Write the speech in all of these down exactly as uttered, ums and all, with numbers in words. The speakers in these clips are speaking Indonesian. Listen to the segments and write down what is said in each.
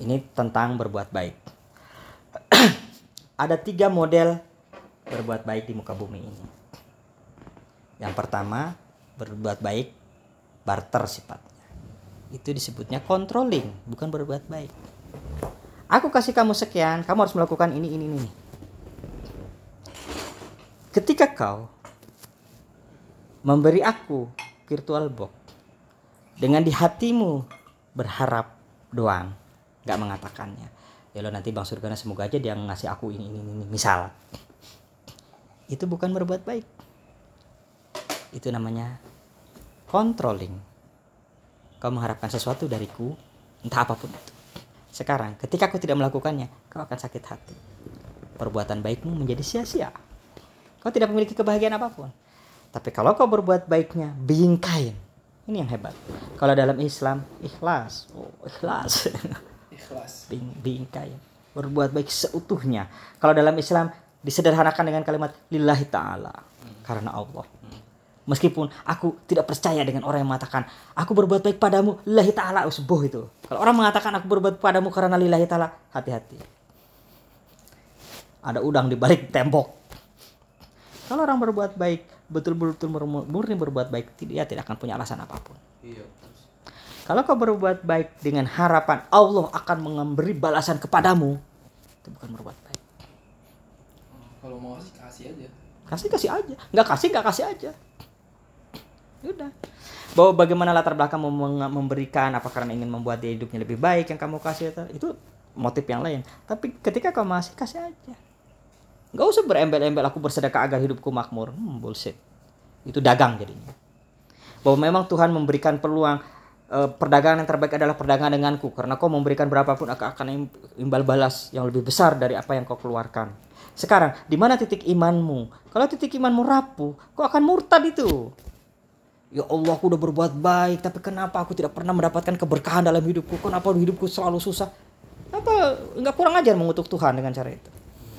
Ini tentang berbuat baik. Ada tiga model berbuat baik di muka bumi ini. Yang pertama, berbuat baik barter sifatnya. Itu disebutnya controlling, bukan berbuat baik. Aku kasih kamu sekian, kamu harus melakukan ini, ini, ini. Ketika kau memberi aku virtual box dengan di hatimu berharap doang, gak mengatakannya, ya lo nanti Bang Surgana semoga aja dia ngasih aku ini, ini, ini, misal. Itu bukan berbuat baik. Itu namanya controlling. Kau mengharapkan sesuatu dariku, entah apapun itu. Sekarang, ketika kau tidak melakukannya, kau akan sakit hati. Perbuatan baikmu menjadi sia-sia. Kau tidak memiliki kebahagiaan apapun. Tapi kalau kau berbuat baiknya, being kind. Ini yang hebat. Kalau dalam Islam, ikhlas. Oh, ikhlas. Ikhlas. Being, being kind. Berbuat baik seutuhnya. Kalau dalam Islam, disederhanakan dengan kalimat lillahi ta'ala. Hmm. Karena Allah. Hmm. Meskipun aku tidak percaya dengan orang yang mengatakan aku berbuat baik padamu lillahi ta'ala, usbuh itu. Kalau orang mengatakan aku berbuat padamu karena lillahi ta'ala, hati-hati. Ada udang di balik tembok. Kalau orang berbuat baik, betul-betul murni berbuat baik, dia tidak akan punya alasan apapun. Iya. Kalau kau berbuat baik dengan harapan Allah akan memberi balasan kepadamu, itu bukan berbuat baik. Kalau mau kasih, kasih aja. Kasih kasih aja. Nggak kasih nggak kasih aja. Udah. Bahwa bagaimana latar belakang memberikan, apa karena ingin membuat dia hidupnya lebih baik yang kamu kasih, itu motif yang lain. Tapi ketika kamu masih kasih aja. Gak usah berembel-embel aku bersedekah agar hidupku makmur. Hmm, bullshit. Itu dagang jadinya. Bahwa memang Tuhan memberikan peluang, eh, perdagangan yang terbaik adalah perdagangan denganku. Karena kau memberikan berapapun akan imbal balas yang lebih besar dari apa yang kau keluarkan. Sekarang, di mana titik imanmu? Kalau titik imanmu rapuh, kau akan murtad itu. Ya Allah, aku udah berbuat baik, tapi kenapa aku tidak pernah mendapatkan keberkahan dalam hidupku? Kenapa hidupku selalu susah? Apa nggak kurang ajar mengutuk Tuhan dengan cara itu?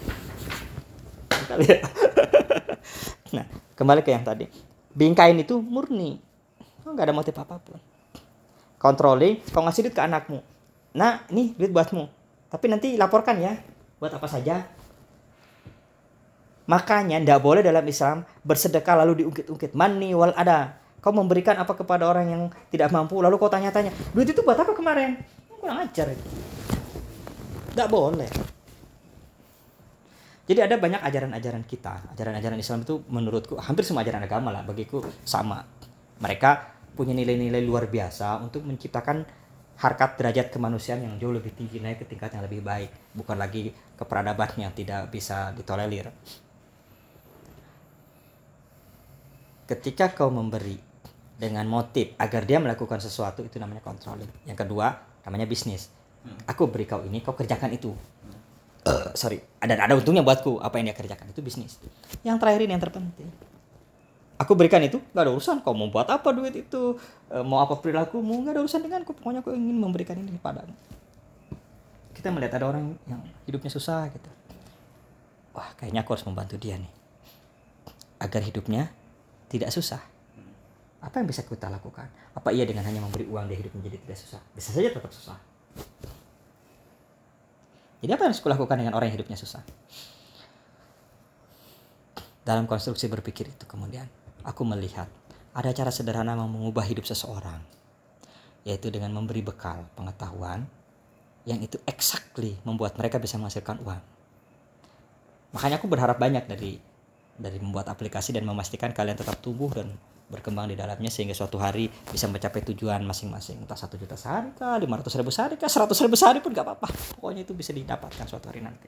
Nah, kembali ke yang tadi. Bingkain itu murni, nggak ada motif apapun. Controlling, kau ngasih duit ke anakmu. Nah, ini duit buatmu. Tapi nanti laporkan ya, buat apa saja. Makanya nggak boleh dalam Islam bersedekah lalu diungkit-ungkit. Mani wal ada. Kau memberikan apa kepada orang yang tidak mampu, lalu kau tanya-tanya, duit itu buat apa kemarin? Kurang ajar itu. Nggak boleh. Jadi ada banyak ajaran-ajaran kita. Ajaran-ajaran Islam itu menurutku, hampir semua ajaran agama lah, bagiku sama. Mereka punya nilai-nilai luar biasa untuk menciptakan harkat derajat kemanusiaan yang jauh lebih tinggi, naik ke tingkat yang lebih baik. Bukan lagi keperadaban yang tidak bisa ditolerir. Ketika kau memberi dengan motif agar dia melakukan sesuatu, itu namanya controlling. Yang kedua namanya bisnis. Aku beri kau ini, kau kerjakan itu. Uh, sorry, ada ada untungnya buatku apa yang dia kerjakan, itu bisnis. Yang terakhir ini yang terpenting. Aku berikan itu, gak ada urusan kau mau buat apa duit itu, uh, mau apa perilakumu, gak ada urusan denganku. Pokoknya aku ingin memberikan ini kepadamu. Kita melihat ada orang yang hidupnya susah gitu. Wah, kayaknya aku harus membantu dia nih agar hidupnya tidak susah. Apa yang bisa kita lakukan? Apa iya dengan hanya memberi uang dia hidup menjadi tidak susah? Bisa saja tetap susah. Jadi apa yang harus kulakukan dengan orang yang hidupnya susah? Dalam konstruksi berpikir itu kemudian aku melihat ada cara sederhana mengubah hidup seseorang, yaitu dengan memberi bekal pengetahuan yang itu exactly membuat mereka bisa menghasilkan uang. Makanya aku berharap banyak dari dari membuat aplikasi dan memastikan kalian tetap tumbuh dan berkembang di dalamnya sehingga suatu hari bisa mencapai tujuan masing-masing, entah satu juta sehari kah, lima ratus ribu sehari kah, seratus ribu sehari pun gak apa-apa, pokoknya itu bisa didapatkan suatu hari nanti.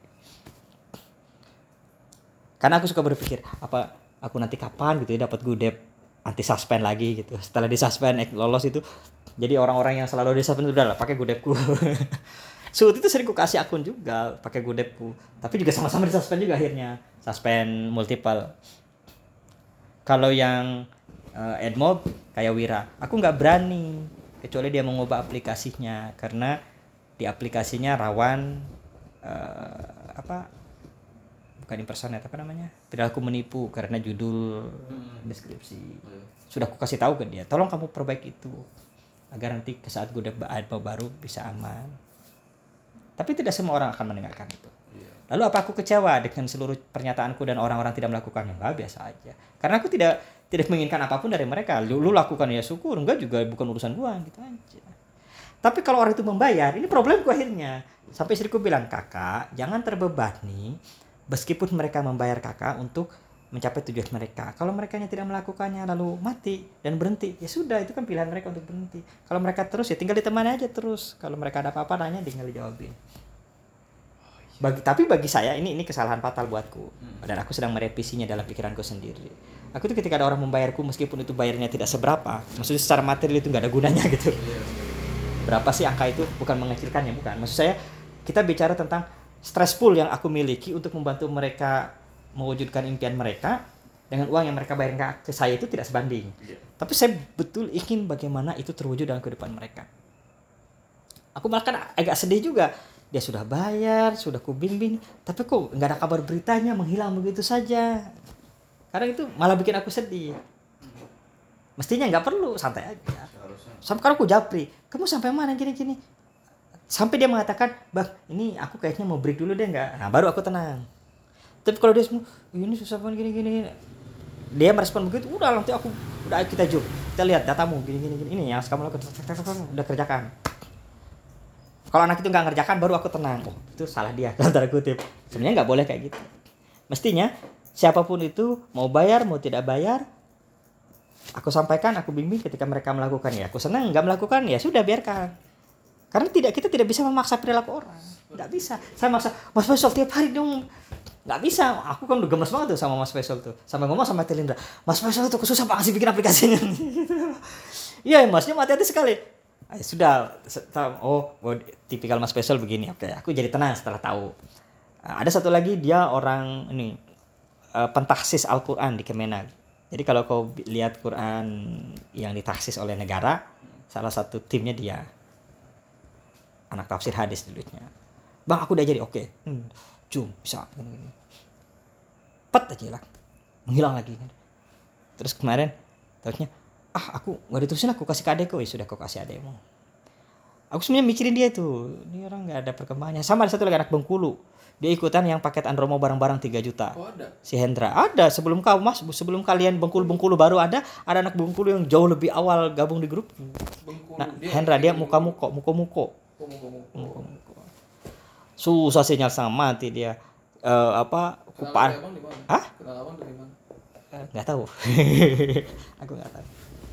Karena aku suka berpikir apa aku nanti kapan gitu ya dapat goodep anti suspend lagi gitu, setelah di suspend lolos itu, jadi orang-orang yang selalu di suspend udah lah pakai goodepku. Suut itu sering ku kasih akun juga pakai goodepku, tapi juga sama-sama di suspend juga akhirnya, suspend multiple. Kalau yang Uh, Edmob kayak Wira, aku nggak berani kecuali dia mengubah aplikasinya karena di aplikasinya rawan uh, apa bukan impersonate apa namanya perilaku menipu karena judul hmm. deskripsi. Hmm. Sudah aku kasih tahu ke dia, tolong kamu perbaiki itu agar nanti ke saat gue udah baru bisa aman. Tapi tidak semua orang akan mendengarkan itu. Iya. Lalu apa aku kecewa dengan seluruh pernyataanku dan orang-orang tidak melakukannya? Enggak, biasa aja. Karena aku tidak tidak menginginkan apapun dari mereka. Lu, lu lakukan ya syukur, enggak juga bukan urusan gua gitu aja. Tapi kalau orang itu membayar, ini problemku akhirnya. Sampai istriku bilang, "Kakak, jangan terbebani meskipun mereka membayar kakak untuk mencapai tujuan mereka. Kalau mereka yang tidak melakukannya lalu mati dan berhenti, ya sudah, itu kan pilihan mereka untuk berhenti. Kalau mereka terus ya tinggal ditemani aja terus. Kalau mereka ada apa-apa nanya tinggal dijawabin." Bagi, tapi bagi saya ini ini kesalahan fatal buatku dan aku sedang merevisinya dalam pikiranku sendiri. Aku tuh ketika ada orang membayarku meskipun itu bayarnya tidak seberapa, maksudnya secara material itu nggak ada gunanya gitu. Berapa sih angka itu? Bukan mengecilkannya, bukan. Maksud saya kita bicara tentang stress pool yang aku miliki untuk membantu mereka mewujudkan impian mereka dengan uang yang mereka bayar ke saya itu tidak sebanding. Tapi saya betul ingin bagaimana itu terwujud dalam kehidupan mereka. Aku malah kan agak sedih juga. Dia sudah bayar, sudah ku bimbing, tapi kok nggak ada kabar beritanya, menghilang begitu saja. Karena itu malah bikin aku sedih. Mestinya nggak perlu, santai aja. Sampai sekarang aku japri, kamu sampai mana gini-gini? Sampai dia mengatakan, "Bang, ini aku kayaknya mau break dulu deh nggak?" Nah baru aku tenang. Tapi kalau dia semua, "Ini susah banget gini-gini," dia merespon begitu, "Udah nanti aku, udah kita jump, kita lihat datamu gini-gini, ini yang kamu lakukan, udah kerjakan." Kalau anak itu nggak ngerjakan, baru aku tenang. Oh, itu salah dia, dalam tanda kutip. Sebenarnya nggak boleh kayak gitu. Mestinya siapapun itu mau bayar mau tidak bayar, aku sampaikan, aku bimbing ketika mereka melakukan ya. Aku senang, nggak melakukan ya sudah biarkan. Karena tidak kita tidak bisa memaksa perilaku orang, nggak bisa. Saya maksa, "Mas Faisal tiap hari dong." Nggak bisa. Aku kan udah gemes banget tuh sama Mas Faisal tuh. Sampai ngomong sama Telindra, "Mas Faisal tuh susah banget sih bikin aplikasinya." Iya, Masnya hati-hati sekali. Ah, sudah, oh, oh tipikal Mas Faisal begini. Oke, aku jadi tenang setelah tahu. Ada satu lagi dia orang ini uh, pentahsis Al-Qur'an di Kemenag. Jadi kalau kau lihat Quran yang ditahsis oleh negara, salah satu timnya dia. Anak tafsir hadis dulunya. "Bang, aku udah jadi." Oke. Hmm, Jum, bisa. Pet aja lah. Menghilang lagi. Terus kemarin terusnya, "Ah, aku nggak diterusin, aku kasih ke adekku." Ya sudah, kau kasih adekmu. Aku sebenarnya mikirin dia tuh, ini orang nggak ada perkembangannya. Sama ada satu lagi anak Bengkulu, dia ikutan yang paket Andromo barang-barang tiga juta. Oh, ada. Si Hendra ada sebelum kau mas, sebelum kalian Bengkulu-Bengkulu baru ada, ada anak Bengkulu yang jauh lebih awal gabung di grup. Bengkulu, Nah, dia Hendra dia Bengkulu. muka-muko, muko-muko. Oh, muka-muka. Muko-muko. Susah sinyal sama mati dia. Eh, apa? Kenal Kupar. abang di mana? Hah? Kenal abang dari mana? Eh, nggak tahu. Aku nggak tahu.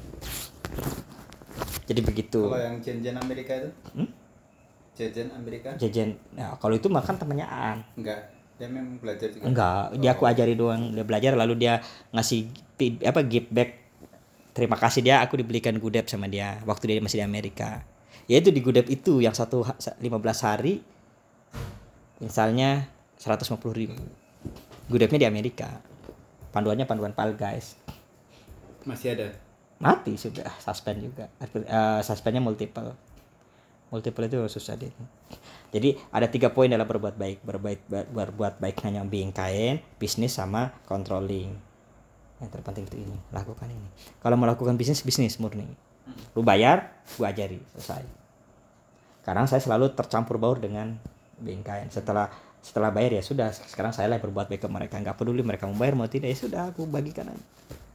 Jadi begitu. Kalau yang Jen-Jen Amerika itu? Hmm? Jen-Jen Amerika? Jajan. Nah, kalau itu makan temannya Aan. Enggak. Dia memang belajar juga. Enggak, dia aku Oh. ajari doang, dia belajar lalu dia ngasih pi- apa give back. Terima kasih dia, aku dibelikan Gudep sama dia waktu dia masih di Amerika. Ya itu di Gudep itu yang satu ha- lima belas hari misalnya seratus lima puluh ribu. Gudepnya di Amerika. Panduannya panduan Pal guys. Masih ada. Mati sudah, suspend juga. Eh, suspendnya multiple. Multiple itu susah deh. Jadi ada tiga poin dalam berbuat baik. Berbaik, ber- berbuat baik hanya being kind, bisnis sama controlling. Yang terpenting itu ini, lakukan ini. Kalau mau lakukan bisnis, bisnis murni. Lu bayar, gua ajari, selesai. Sekarang saya selalu tercampur baur dengan being kind. Setelah setelah bayar ya sudah, sekarang saya lah berbuat baik ke mereka. Enggak peduli mereka mau bayar mau tidak, ya sudah aku bagikan aja.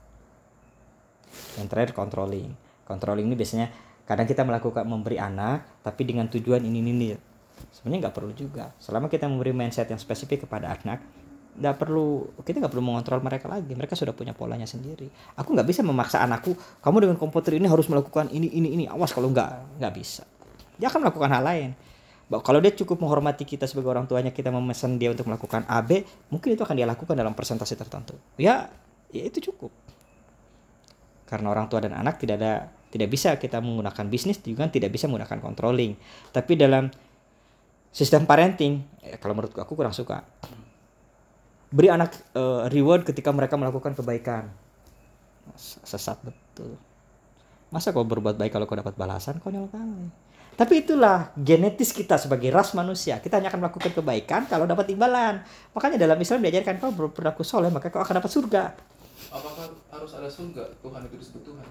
Yang terakhir controlling. Controlling ini biasanya kadang kita melakukan memberi anak tapi dengan tujuan ini ini. Sebenarnya nggak perlu juga. Selama kita memberi mindset yang spesifik kepada anak, nggak perlu kita nggak perlu mengontrol mereka lagi. Mereka sudah punya polanya sendiri. Aku nggak bisa memaksa anakku, kamu dengan komputer ini harus melakukan ini ini ini. Awas kalau nggak, nggak bisa. Dia akan melakukan hal lain. Kalau dia cukup menghormati kita sebagai orang tuanya, kita memesan dia untuk melakukan A B, mungkin itu akan dia lakukan dalam persentase tertentu. Ya, ya itu cukup. Karena orang tua dan anak tidak ada tidak bisa kita menggunakan bisnis juga tidak bisa menggunakan controlling. Tapi dalam sistem parenting, eh, kalau menurut aku kurang suka. Beri anak uh, reward ketika mereka melakukan kebaikan. Sesat betul. Masa kau berbuat baik kalau kau dapat balasan? Konyol kali. Tapi itulah genetis kita sebagai ras manusia. Kita hanya akan melakukan kebaikan kalau dapat imbalan. Makanya dalam Islam diajarkan kau berperilaku soleh maka kau akan dapat surga. Apakah harus ada surga? Tuhan itu disebut Tuhan.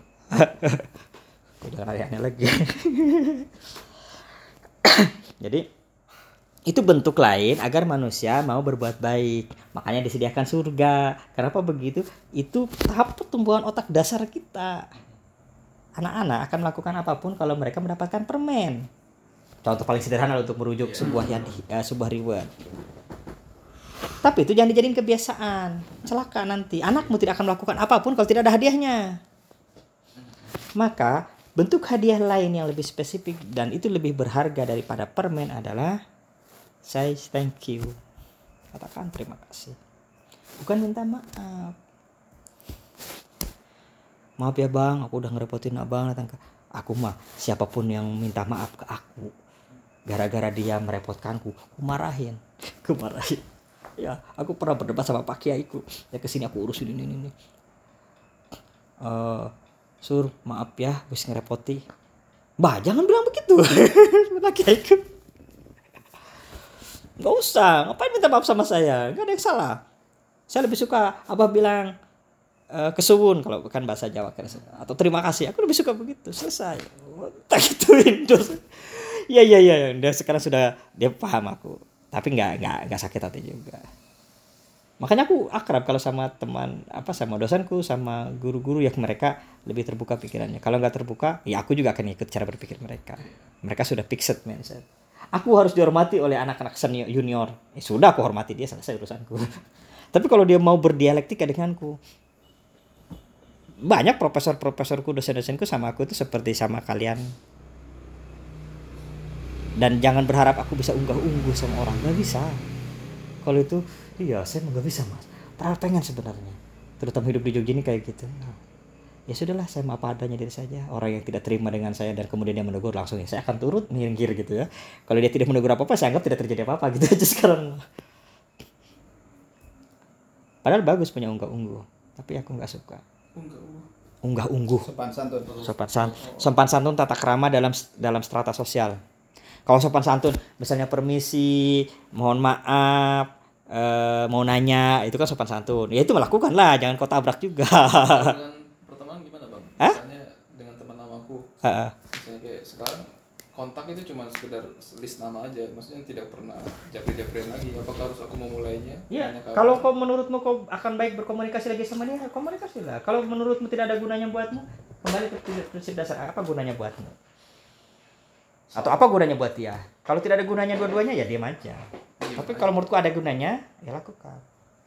Kau jangan aneh-aneh lagi. Jadi Itu bentuk lain agar manusia mau berbuat baik. Makanya disediakan surga. Kenapa begitu? Itu tahap pertumbuhan otak dasar kita. Anak-anak akan melakukan apapun kalau mereka mendapatkan permen. Contoh paling sederhana untuk merujuk sebuah uh, sebuah reward. Tapi itu jangan dijadiin kebiasaan. Celaka nanti. Anakmu tidak akan melakukan apapun kalau tidak ada hadiahnya. Maka bentuk hadiah lain yang lebih spesifik dan itu lebih berharga daripada permen adalah say thank you. Katakan terima kasih. Bukan minta maaf. Maaf ya bang, aku udah ngerepotin abang datang ke aku mah. Siapapun yang minta maaf ke aku gara-gara dia merepotkanku, aku marahin. Aku marahin. Ya, aku pernah berdebat sama Pak Kiaiku. Ya kesini aku urusin ini ini. Uh, Sur, maaf ya, wis ngerepoti. Bah, jangan bilang begitu. Pak Kiaiku. Gak usah, ngapain minta maaf sama saya? Gak ada yang salah. Saya lebih suka abah bilang uh, kesuwun kalau bukan bahasa Jawa kan, atau terima kasih. Aku lebih suka begitu. Selesai. Tak gituin terus. Iya iya iya, dia sekarang sudah dia paham aku. Tapi nggak nggak nggak sakit hati juga. Makanya aku akrab kalau sama teman apa sama dosenku sama guru-guru yang mereka lebih terbuka pikirannya. Kalau nggak terbuka, ya aku juga akan ikut cara berpikir mereka. Mereka sudah fixed mindset. Aku harus dihormati oleh anak-anak senior junior. Eh, sudah aku hormati dia, selesai urusanku. Tapi kalau dia mau berdialektika denganku, banyak profesor-profesorku, dosen-dosenku sama aku itu seperti sama kalian. Dan jangan berharap aku bisa unggah-ungguh sama orang, nggak bisa. Kalau itu, iya saya nggak bisa mas. Padahal pengen sebenarnya. Terutama hidup di Jogja ini kayak gitu. Nah, ya sudahlah, saya mau apa adanya diri saja. Orang yang tidak terima dengan saya dan kemudian dia menegur langsung, ya saya akan turut minggir gitu ya. Kalau dia tidak menegur apa-apa, saya anggap tidak terjadi apa-apa gitu aja sekarang. Padahal bagus punya unggah-ungguh, tapi aku nggak suka. Unggah-ungguh. Unggah-ungguh. Sopan santun. Sopan santun, sopan santun tata krama dalam dalam strata sosial. Kalau sopan santun, misalnya permisi, mohon maaf, eh, mau nanya, itu kan sopan santun. Ya itu melakukan lah, jangan kau tabrak juga. Dengan pertemanan gimana bang? Hah? Misalnya dengan teman lamaku, Heeh. misalnya kayak sekarang kontak itu cuma sekedar list nama aja, maksudnya tidak pernah japri-japrian lagi. Apakah harus aku memulainya? Iya, Nanya ke kalau apa? kau menurutmu kau akan baik berkomunikasi lagi sama dia, komunikasi lah. Kalau menurutmu tidak ada gunanya buatmu, kembali ke prinsip dasar, apa gunanya buatmu? Atau apa gunanya buat dia? Kalau tidak ada gunanya dua-duanya ya diam aja. Diam Tapi aja. kalau menurutku ada gunanya, ya lakukan.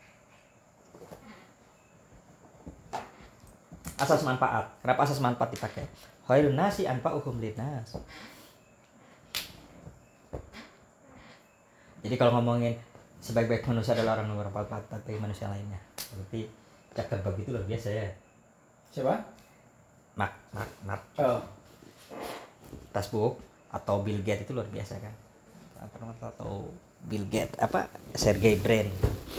Asas manfaat. Kenapa asas manfaat dipakai? Khairun nasi anfa'uhum linnas. Jadi kalau ngomongin sebaik-baik manusia adalah orang yang bermanfaat bagi manusia lainnya. Berarti Zuckerberg itu luar biasa ya. Siapa? Mark, Mark, Mark Oh. Facebook atau Bill Gates itu luar biasa kan. Atau Bill Gates apa Sergey Brin.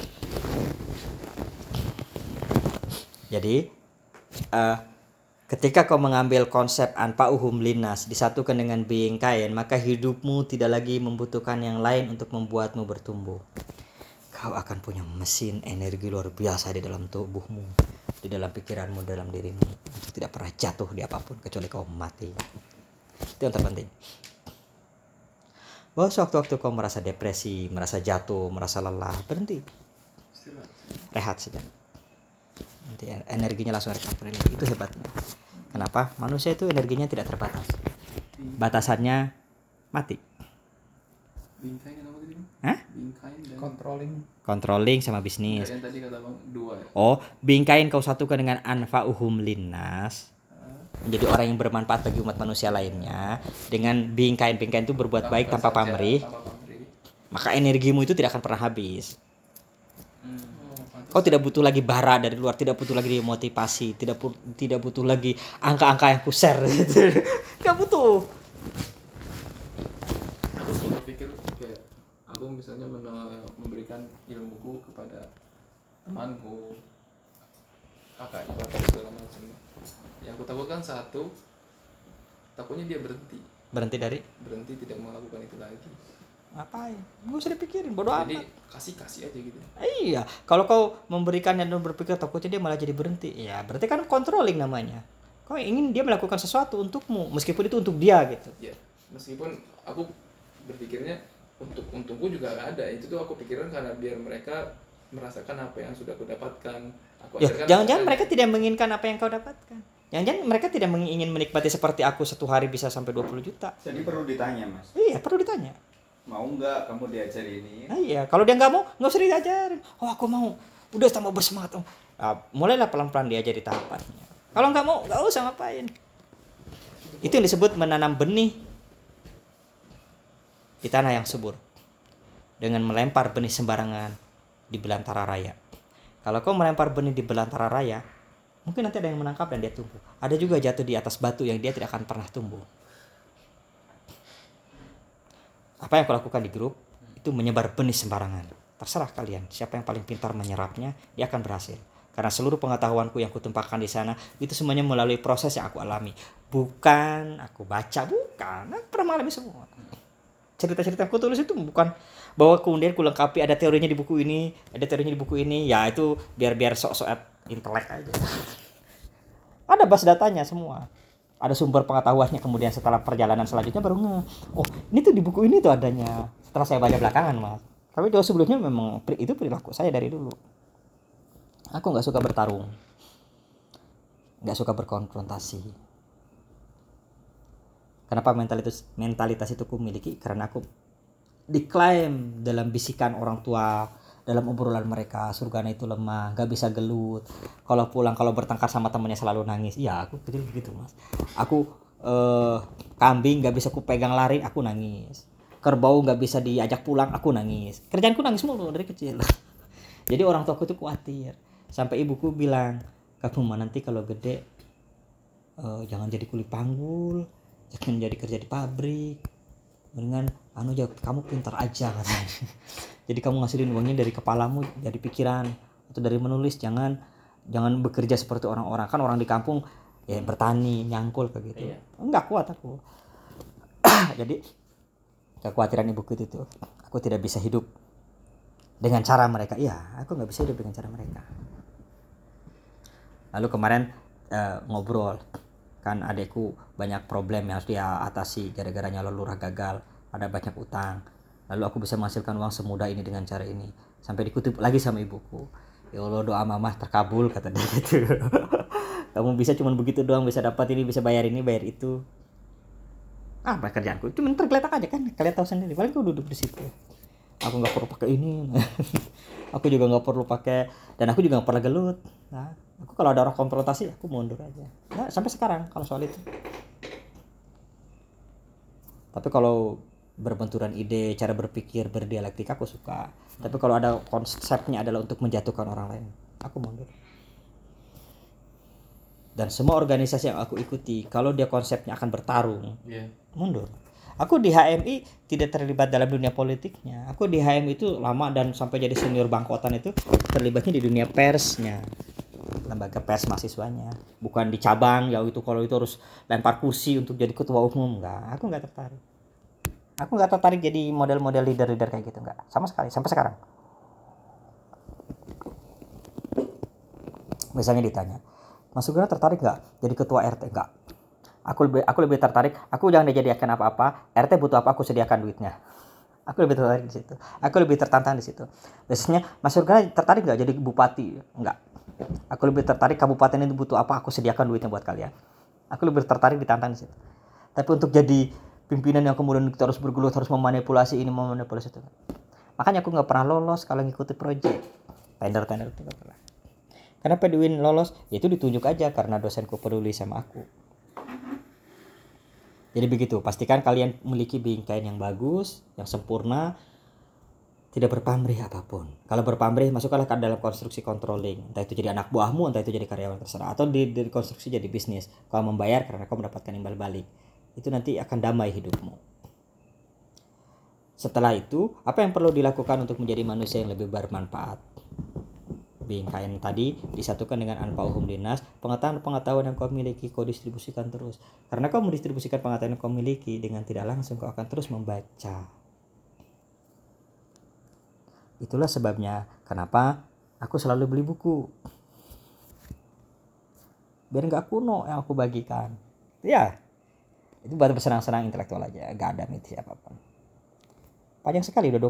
Jadi uh, ketika kau mengambil konsep anfa'uhum linnas disatukan dengan being kind, maka hidupmu tidak lagi membutuhkan yang lain untuk membuatmu bertumbuh. Kau akan punya mesin energi luar biasa di dalam tubuhmu, di dalam pikiranmu, dalam dirimu, untuk tidak pernah jatuh di apapun kecuali kau mati. Itu yang terpenting. Bahwa sewaktu-waktu kau merasa depresi, merasa jatuh, merasa lelah, berhenti, rehat saja. Nanti energinya langsung recovery lagi. Itu hebatnya. Kenapa? Manusia itu energinya tidak terbatas. Batasannya mati. Being kind dan apa tadi bang? Hah? Being kind dan Controlling. Controlling sama Enggak, bisnis. yang tadi kata bang dua ya. Oh, being kind kau satukan dengan anfa'uhum linnas, menjadi orang yang bermanfaat bagi umat manusia lainnya. Dengan being kind, being kind itu berbuat baik tanpa saja, pamrih, tanpa pamrih. maka energimu itu tidak akan pernah habis. Oh, pantas. Kau tidak butuh lagi bara dari luar, tidak butuh lagi motivasi, tidak pu- tidak butuh lagi angka-angka yang ku share. Gak butuh. Aku selalu pikir kayak aku misalnya men- memberikan ilmuku kepada temanku, kakak ipar segala macam. Yang aku takutkan satu, takutnya dia berhenti, Berhenti dari berhenti tidak melakukan itu lagi. ngapain? Gak usah dipikirin, bodoh Jadi amat. kasih kasih aja gitu. Iya, kalau kau memberikan dan berpikir takutnya dia malah jadi berhenti. Ya, berarti kan controlling namanya. Kau ingin dia melakukan sesuatu untukmu, meskipun itu untuk dia gitu. Ya, meskipun aku berpikirnya untuk untungku juga nggak ada. Itu tuh aku pikirkan karena biar mereka merasakan apa yang sudah aku dapatkan. Aku Ya, ajarkan jangan-jangan apa mereka saja. tidak menginginkan apa yang kau dapatkan. Jangan-jangan mereka tidak ingin menikmati seperti aku satu hari bisa sampai dua puluh juta. Jadi perlu ditanya mas, Iya, perlu ditanya. mau nggak kamu diajar ini? Nah, iya, kalau dia nggak mau, nggak usah diajarin. Oh, aku mau. Udah tambah bersemangat. Oh. Nah, mulailah pelan-pelan diajari tahapannya. Kalau nggak mau, nggak usah ngapain. Itu yang disebut menanam benih di tanah yang subur. Dengan melempar benih sembarangan di belantara raya. Kalau kau melempar benih di belantara raya, mungkin nanti ada yang menangkap dan dia tumbuh. Ada juga jatuh di atas batu yang dia tidak akan pernah tumbuh. Apa yang aku lakukan di grup itu menyebar benih sembarangan. Terserah kalian, siapa yang paling pintar menyerapnya, dia akan berhasil. Karena seluruh pengetahuanku yang kutumpahkan di sana itu semuanya melalui proses yang aku alami. Bukan aku baca, bukan. Aku pernah mengalami semua. Cerita-cerita aku tulis itu bukan bahwa kemudian ku lengkapi ada teorinya di buku ini, ada teorinya di buku ini. Ya itu biar-biar sok-sok intelek aja. Ada base datanya semua. Ada sumber pengetahuannya, kemudian setelah perjalanan selanjutnya baru nge, oh ini tuh di buku ini tuh adanya. Setelah saya baca belakangan mas. Tapi jauh sebelumnya memang itu perilaku saya dari dulu. Aku nggak suka bertarung, nggak suka berkonfrontasi. Kenapa mentalitas mentalitas itu aku miliki? Karena aku diklaim dalam bisikan orang tua, dalam obrolan mereka, surganya itu lemah, gak bisa gelut. Kalau pulang, kalau bertengkar sama temennya selalu nangis. Ya aku kecil begitu mas. Aku eh, kambing gak bisa ku pegang lari, aku nangis. Kerbau gak bisa diajak pulang, aku nangis. Kerjaanku nangis mulu dari kecil. Jadi orang tuaku tuh khawatir. Sampai ibuku bilang, kamu mah nanti kalau gede eh, jangan jadi kuli panggul, jangan jadi kerja di pabrik. Mendingan anu aja kamu pintar aja katanya. Jadi kamu ngasilin uangnya dari kepalamu, dari pikiran atau dari menulis, jangan jangan bekerja seperti orang-orang. Kan orang di kampung ya bertani, nyangkul kayak gitu. Iya. Enggak kuat aku. Jadi kekhawatiran ibuku itu tuh, aku tidak bisa hidup dengan cara mereka. Iya, aku nggak bisa hidup dengan cara mereka. Lalu kemarin eh, ngobrol, kan adekku banyak problem yang harus dia atasi gara-gara nyalon lurah gagal, ada banyak utang. Lalu aku bisa menghasilkan uang semudah ini dengan cara ini. Sampai dikutip lagi sama ibuku, ya Allah doa mamah terkabul kata dia gitu. Kamu bisa cuman begitu doang, bisa dapat ini, bisa bayar ini, bayar itu. Ah, pekerjaanku cuman tergeletak aja kan, kalian tahu sendiri. Paling aku duduk di situ. Aku nggak perlu pakai ini. Aku juga nggak perlu pakai, dan aku juga nggak pernah gelut. Nah, aku kalau ada orang konfrontasi aku mundur aja. Nah, sampai sekarang kalau soal itu. Tapi kalau berbenturan ide, cara berpikir, berdialektika aku suka. Tapi kalau ada konsepnya adalah untuk menjatuhkan orang lain, aku mundur. Dan semua organisasi yang aku ikuti, kalau dia konsepnya akan bertarung, Iya. mundur. Aku di H M I tidak terlibat dalam dunia politiknya. Aku di H M I itu lama dan sampai jadi senior bangkotan itu terlibatnya di dunia persnya, lembaga pers mahasiswanya, bukan di cabang. Ya itu kalau itu harus lempar kursi untuk jadi ketua umum, enggak. Aku enggak tertarik. Aku enggak tertarik jadi model-model leader-leader kayak gitu, enggak. Sama sekali sampai sekarang. Misalnya ditanya, Mas Sugeng tertarik enggak jadi ketua R T? Enggak. Aku lebih aku lebih tertarik, aku jangan dijadikan apa-apa, R T butuh apa aku sediakan duitnya. Aku lebih tertarik di situ. Aku lebih tertantang di situ. Biasanya Mas Surga tertarik nggak jadi bupati? Enggak. Aku lebih tertarik kabupaten itu butuh apa, aku sediakan duitnya buat kalian. Aku lebih tertarik ditantang di situ. Tapi untuk jadi pimpinan yang kemudian kita harus bergelut, harus memanipulasi ini, memanipulasi itu. Makanya aku nggak pernah lolos kalau ngikuti proyek. Tender-tender itu nggak pernah. Kenapa Edwin lolos? Ya itu ditunjuk aja karena dosenku peduli sama aku. Jadi begitu, pastikan kalian memiliki bingkai yang bagus, yang sempurna, tidak berpamrih apapun. Kalau berpamrih, masuklah ke dalam konstruksi controlling. Entah itu jadi anak buahmu, entah itu jadi karyawan terserah. Atau di, di konstruksi jadi bisnis. Kau membayar karena kau mendapatkan imbal balik. Itu nanti akan damai hidupmu. Setelah itu, apa yang perlu dilakukan untuk menjadi manusia yang lebih bermanfaat? Bingkai tadi disatukan dengan anfa'uhum linnas, pengetahuan-pengetahuan yang kau miliki kau distribusikan terus. Karena kau mendistribusikan pengetahuan yang kau miliki dengan tidak langsung, kau akan terus membaca. Itulah sebabnya kenapa aku selalu beli buku. Biar nggak kuno yang aku bagikan. Ya, itu buat bersenang-senang intelektual aja, gak ada miti apapun. panjang sekali udah